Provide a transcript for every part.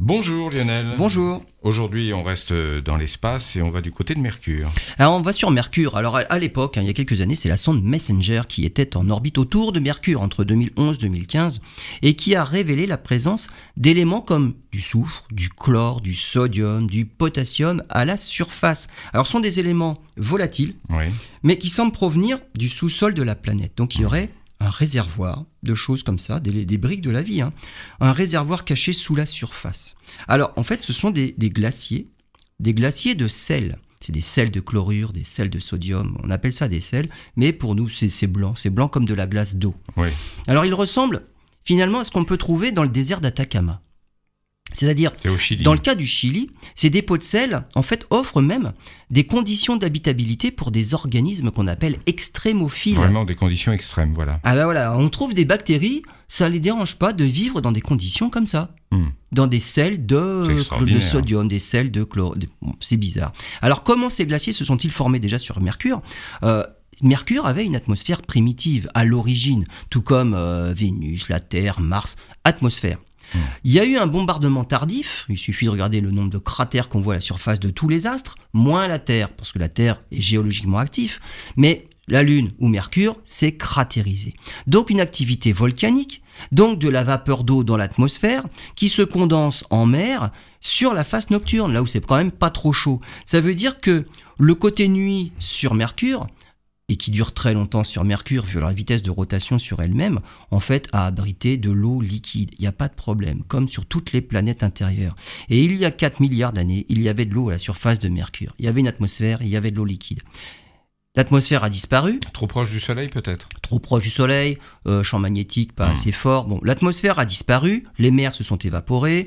Bonjour Lionel. Bonjour. Aujourd'hui, on reste dans l'espace et on va du côté de Mercure. Alors on va sur Mercure. Alors à l'époque, il y a quelques années, c'est la sonde Messenger qui était en orbite autour de Mercure entre 2011 et 2015 et qui a révélé la présence d'éléments comme du soufre, du chlore, du sodium, du potassium à la surface. Alors ce sont des éléments volatiles, Oui. mais qui semblent provenir du sous-sol de la planète. Donc il y aurait un réservoir de choses comme ça, des briques de la vie, un réservoir caché sous la surface. Alors, en fait, ce sont des glaciers de sel. C'est des sels de chlorure, des sels de sodium, on appelle ça des sels, mais pour nous, c'est blanc comme de la glace d'eau. Oui. Alors, il ressemble finalement à ce qu'on peut trouver dans le désert d'Atacama. C'est-à-dire, C'est au Chili. dans le cas du Chili, ces dépôts de sel, en fait, offrent même des conditions d'habitabilité pour des organismes qu'on appelle extrémophiles. Vraiment des conditions extrêmes, voilà. Ah ben voilà, on trouve des bactéries, ça les dérange pas de vivre dans des conditions comme ça. Dans des sels C'est de extraordinaire. sodium, des sels de chlore. Bon, c'est bizarre. Alors comment ces glaciers se sont-ils formés déjà sur Mercure ? Mercure avait une atmosphère primitive à l'origine, tout comme Vénus, la Terre, Mars, atmosphère. Il y a eu un bombardement tardif, il suffit de regarder le nombre de cratères qu'on voit à la surface de tous les astres, moins la Terre, parce que la Terre est géologiquement active, mais la Lune ou Mercure s'est cratérisé. Donc une activité volcanique, donc de la vapeur d'eau dans l'atmosphère, qui se condense en mer sur la face nocturne, là où c'est quand même pas trop chaud. Ça veut dire que le côté nuit sur Mercure, et qui dure très longtemps sur Mercure, vu la vitesse de rotation sur elle-même, en fait, a abrité de l'eau liquide. Il n'y a pas de problème, comme sur toutes les planètes intérieures. Et il y a 4 milliards d'années, il y avait de l'eau à la surface de Mercure. Il y avait une atmosphère, il y avait de l'eau liquide. L'atmosphère a disparu. Trop proche du Soleil, peut-être ? Trop proche du Soleil, champ magnétique pas assez fort. Bon, l'atmosphère a disparu, les mers se sont évaporées,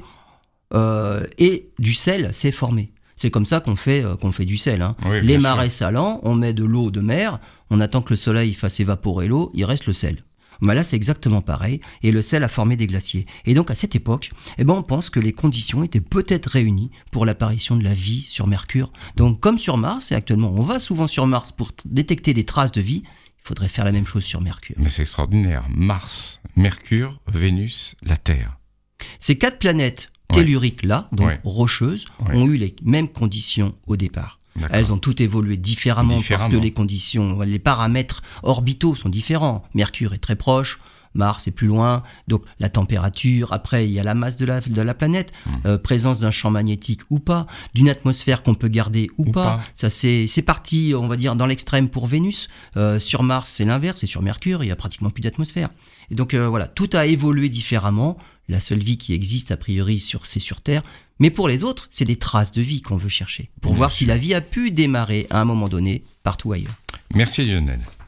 et du sel s'est formé. C'est comme ça qu'on fait du sel. Oui, les bien marais sûr. salants, on met de l'eau de mer, on attend que le soleil fasse évaporer l'eau, il reste le sel. Mais là, c'est exactement pareil, et le sel a formé des glaciers. Et donc, à cette époque, on pense que les conditions étaient peut-être réunies pour l'apparition de la vie sur Mercure. Donc, comme sur Mars, et actuellement, on va souvent sur Mars pour détecter des traces de vie, il faudrait faire la même chose sur Mercure. Mais c'est extraordinaire. Mars, Mercure, Vénus, la Terre. Ces 4 planètes telluriques-là, donc Ouais. rocheuses, Ouais. ont eu les mêmes conditions au départ. D'accord. Elles ont toutes évolué différemment parce que les conditions, les paramètres orbitaux sont différents. Mercure est très proche, Mars est plus loin, donc la température, après il y a la masse de la planète, présence d'un champ magnétique ou pas, d'une atmosphère qu'on peut garder ou pas. Ça c'est parti, on va dire, dans l'extrême pour Vénus. Sur Mars c'est l'inverse, et sur Mercure il y a pratiquement plus d'atmosphère. Et donc voilà, tout a évolué différemment. La seule vie qui existe a priori c'est sur Terre. Mais pour les autres, c'est des traces de vie qu'on veut chercher, pour voir si la vie a pu démarrer à un moment donné partout ailleurs. Merci Lionel.